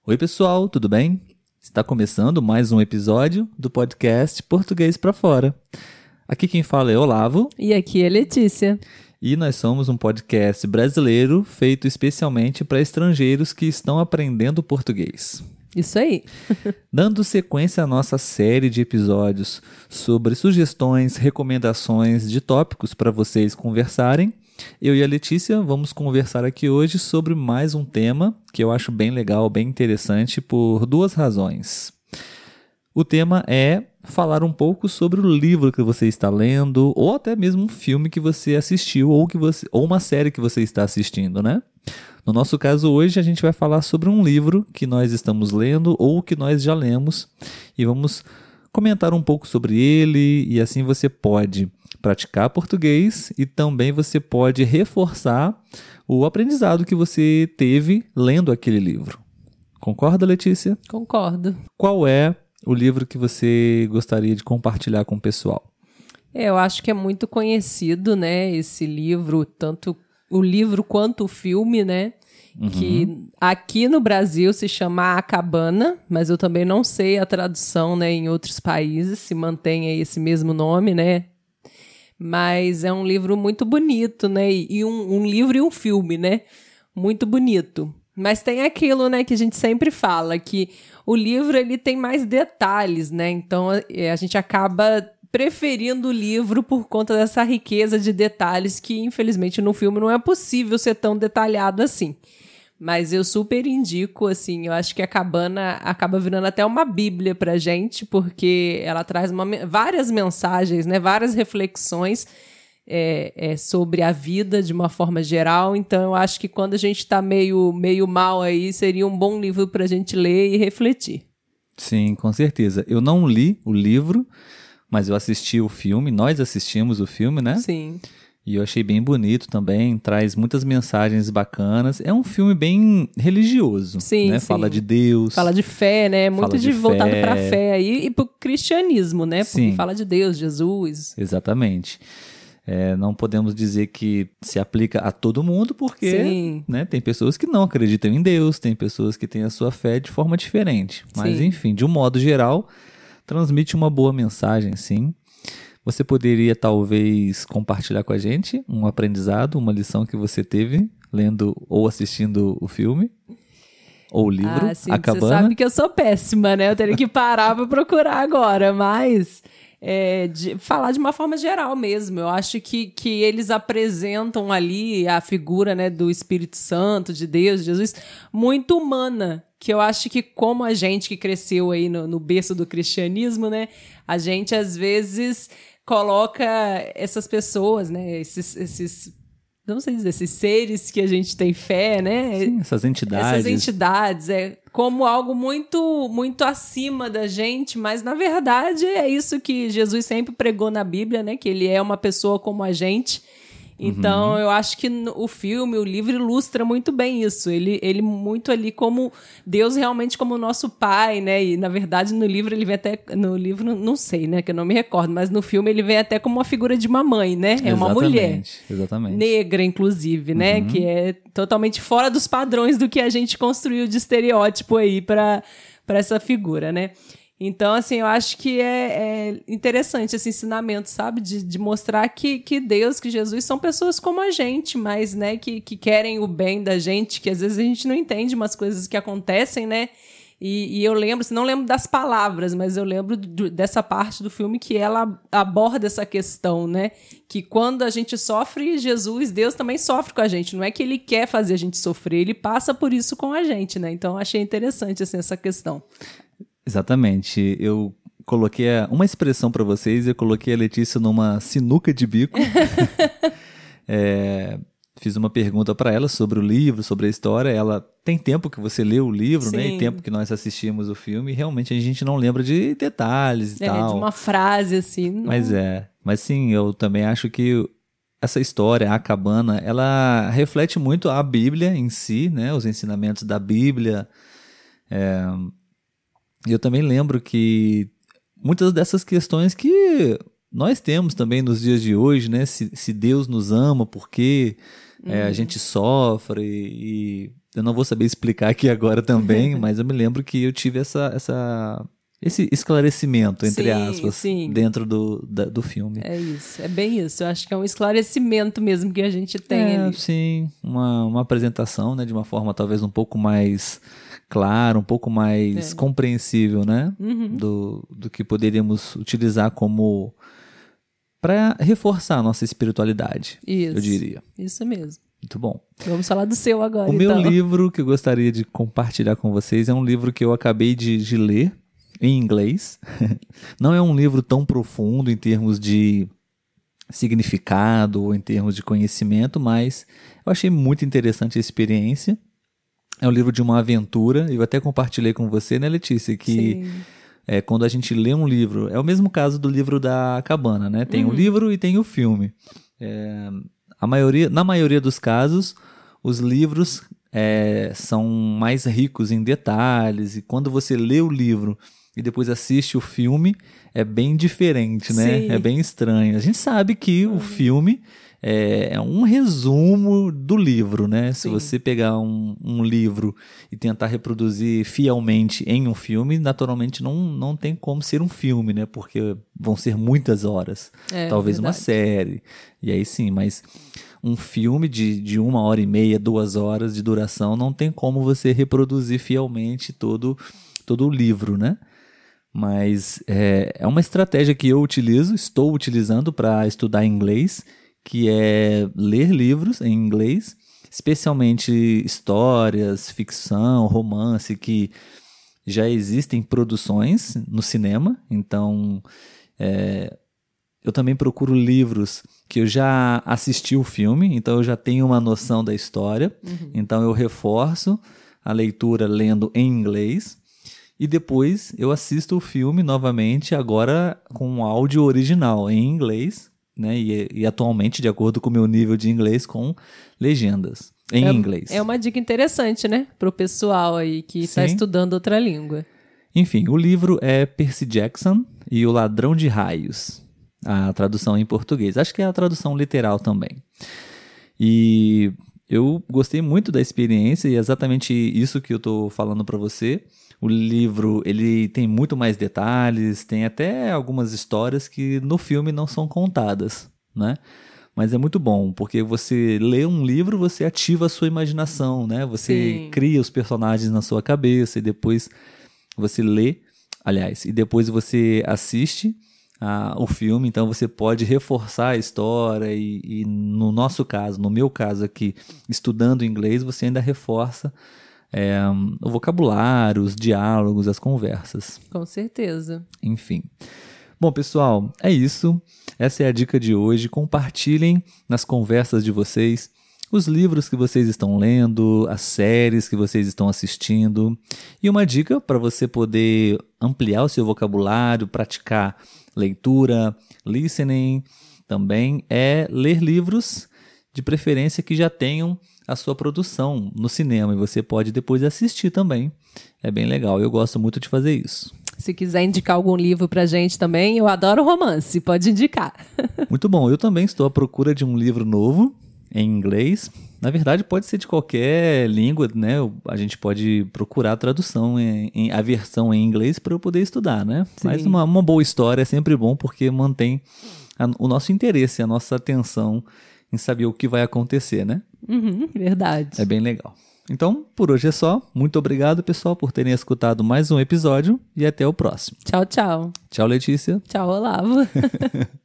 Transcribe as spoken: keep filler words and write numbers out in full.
Oi pessoal, tudo bem? Está começando mais um episódio do podcast Português pra Fora. Aqui quem fala é Olavo. E aqui é Letícia. E nós somos um podcast brasileiro feito especialmente para estrangeiros que estão aprendendo português. Isso aí. Dando sequência à nossa série de episódios sobre sugestões, recomendações de tópicos para vocês conversarem, eu e a Letícia vamos conversar aqui hoje sobre mais um tema que eu acho bem legal, bem interessante por duas razões. O tema é falar um pouco sobre o livro que você está lendo ou até mesmo um filme que você assistiu ou, que você, ou uma série que você está assistindo, né? No nosso caso hoje a gente vai falar sobre um livro que nós estamos lendo ou que nós já lemos e vamos comentar um pouco sobre ele e assim você pode praticar português e também você pode reforçar o aprendizado que você teve lendo aquele livro. Concorda, Letícia? Concordo. Qual é o livro que você gostaria de compartilhar com o pessoal? É, eu acho que é muito conhecido, né, esse livro, tanto o livro quanto o filme, né, uhum. que aqui no Brasil se chama A Cabana, mas eu também não sei a tradução, né, em outros países, se mantém aí esse mesmo nome, né, mas é um livro muito bonito, né, e um, um livro e um filme, né, muito bonito. Mas tem aquilo, né, que a gente sempre fala, que o livro ele tem mais detalhes, né, então a gente acaba preferindo o livro por conta dessa riqueza de detalhes que, infelizmente, no filme não é possível ser tão detalhado assim. Mas eu super indico, assim, eu acho que a Cabana acaba virando até uma bíblia pra gente, porque ela traz uma, várias mensagens, né, várias reflexões é, é, sobre a vida de uma forma geral. Então, eu acho que quando a gente tá meio, meio mal aí, seria um bom livro pra gente ler e refletir. Sim, com certeza. Eu não li o livro, mas eu assisti o filme, nós assistimos o filme, né? Sim. E eu achei bem bonito também, traz muitas mensagens bacanas. É um filme bem religioso, sim, né? Sim. Fala de Deus. Fala de fé, né? Muito de, de voltado fé. para a fé aí e para o cristianismo, né? Porque sim. fala de Deus, Jesus. Exatamente. É, não podemos dizer que se aplica a todo mundo, porque né, tem pessoas que não acreditam em Deus, tem pessoas que têm a sua fé de forma diferente. Mas, sim. enfim, de um modo geral, transmite uma boa mensagem, sim. Você poderia, talvez, compartilhar com a gente um aprendizado, uma lição que você teve lendo ou assistindo o filme? Ou o livro, ah, sim, A Cabana? Você sabe que eu sou péssima, né? Eu teria que parar para procurar agora, mas é, de, falar de uma forma geral mesmo. Eu acho que, que eles apresentam ali a figura, né, do Espírito Santo, de Deus, de Jesus, muito humana. Que eu acho que como a gente que cresceu aí no, no berço do cristianismo, né, a gente às vezes coloca essas pessoas, né, esses, esses, não sei dizer, esses seres que a gente tem fé, né, sim, essas entidades, essas entidades, é como algo muito, muito acima da gente, mas na verdade é isso que Jesus sempre pregou na Bíblia, né, que ele é uma pessoa como a gente. Então, uhum. eu acho que o filme, o livro ilustra muito bem isso. Ele, ele muito ali como Deus realmente como o nosso pai, né? E, na verdade, no livro ele vem até... No livro, não sei, né? Que eu não me recordo. Mas no filme ele vem até como uma figura de uma mãe, né? É uma exatamente, mulher. Exatamente. Negra, inclusive, né? Uhum. Que é totalmente fora dos padrões do que a gente construiu de estereótipo aí para para essa figura, né? Então, assim, eu acho que é, é interessante esse ensinamento, sabe? De, de mostrar que, que Deus, que Jesus são pessoas como a gente, mas, né, que, que querem o bem da gente, que às vezes a gente não entende umas coisas que acontecem, né? E, e eu lembro, assim, não lembro das palavras, mas eu lembro do, dessa parte do filme que ela aborda essa questão, né? Que quando a gente sofre, Jesus, Deus também sofre com a gente. Não é que ele quer fazer a gente sofrer, ele passa por isso com a gente, né? Então, eu achei interessante, assim, essa questão. Exatamente. Eu coloquei uma expressão para vocês, eu coloquei a Letícia numa sinuca de bico. é, fiz uma pergunta para ela sobre o livro, sobre a história. Ela tem tempo que você leu o livro, sim. né? E tempo que nós assistimos o filme. E realmente a gente não lembra de detalhes e é, tal. De uma frase assim. Não... Mas é. Mas sim, eu também acho que essa história, A Cabana, ela reflete muito a Bíblia em si, né? Os ensinamentos da Bíblia. É... Eu também lembro que muitas dessas questões que nós temos também nos dias de hoje, né? Se, se Deus nos ama, por que uhum. é, a gente sofre e eu não vou saber explicar aqui agora também, mas eu me lembro que eu tive essa, essa, esse esclarecimento, entre sim, aspas, sim. dentro do, da, do filme. É isso, é bem isso. Eu acho que é um esclarecimento mesmo que a gente tem é, ali. Sim, uma, uma apresentação, né, de uma forma talvez um pouco mais clara, um pouco mais é. compreensível, né, uhum. do, do que poderíamos utilizar como para reforçar a nossa espiritualidade, isso, eu diria. Isso mesmo. Muito bom. Vamos falar do seu agora, O então. meu livro que eu gostaria de compartilhar com vocês é um livro que eu acabei de, de ler em inglês. Não é um livro tão profundo em termos de significado ou em termos de conhecimento, mas eu achei muito interessante a experiência. É um livro de uma aventura. Eu até compartilhei com você, né, Letícia, que é, quando a gente lê um livro, é o mesmo caso do livro da Cabana, né? Tem uhum. o livro e tem o filme. É... A maioria, na maioria dos casos, os livros é, são mais ricos em detalhes, e quando você lê o livro e depois assiste o filme, é bem diferente, né? Sim. É bem estranho. A gente sabe que uhum. o filme é, é um resumo do livro, né? Sim. Se você pegar um, um livro e tentar reproduzir fielmente em um filme, naturalmente não, não tem como ser um filme, né? Porque vão ser muitas horas. É, talvez verdade. Uma série. E aí sim, mas um filme de, de uma hora e meia, duas horas de duração, não tem como você reproduzir fielmente todo, todo o livro, né? Mas é, é uma estratégia que eu utilizo, estou utilizando para estudar inglês, que é ler livros em inglês, especialmente histórias, ficção, romance, que já existem produções no cinema. Então, é, eu também procuro livros que eu já assisti o filme, então eu já tenho uma noção da história. Uhum. Então eu reforço a leitura lendo em inglês. E depois eu assisto o filme novamente, agora com o áudio original em inglês, né? E, e atualmente, de acordo com o meu nível de inglês, com legendas em é, inglês. É uma dica interessante, né? Para o pessoal aí que está estudando outra língua. Enfim, o livro é Percy Jackson e o Ladrão de Raios, a tradução em português. Acho que é a tradução literal também. E eu gostei muito da experiência e é exatamente isso que eu estou falando para você. O livro, ele tem muito mais detalhes, tem até algumas histórias que no filme não são contadas, né? Mas é muito bom, porque você lê um livro, você ativa a sua imaginação, né? Você Sim. cria os personagens na sua cabeça e depois você lê, aliás, e depois você assiste a, o filme, então você pode reforçar a história e, e no nosso caso, no meu caso aqui, estudando inglês, você ainda reforça É, o vocabulário, os diálogos, as conversas. Com certeza. Enfim. Bom, pessoal, é isso. Essa é a dica de hoje. Compartilhem nas conversas de vocês os livros que vocês estão lendo, as séries que vocês estão assistindo. E uma dica para você poder ampliar o seu vocabulário, praticar leitura, listening, também é ler livros, de preferência que já tenham a sua produção no cinema e você pode depois assistir também. É bem legal, eu gosto muito de fazer isso. Se quiser indicar algum livro pra gente também, eu adoro romance, pode indicar. Muito bom, eu também estou à procura de um livro novo em inglês. Na verdade, pode ser de qualquer língua, né? A gente pode procurar a tradução, em, em, a versão em inglês para eu poder estudar, né? Sim. Mas uma, uma boa história é sempre bom porque mantém a, o nosso interesse, a nossa atenção em saber o que vai acontecer, né? Uhum, verdade. É bem legal. Então, por hoje é só. Muito obrigado, pessoal, por terem escutado mais um episódio e até o próximo. Tchau, tchau. Tchau, Letícia. Tchau, Olavo.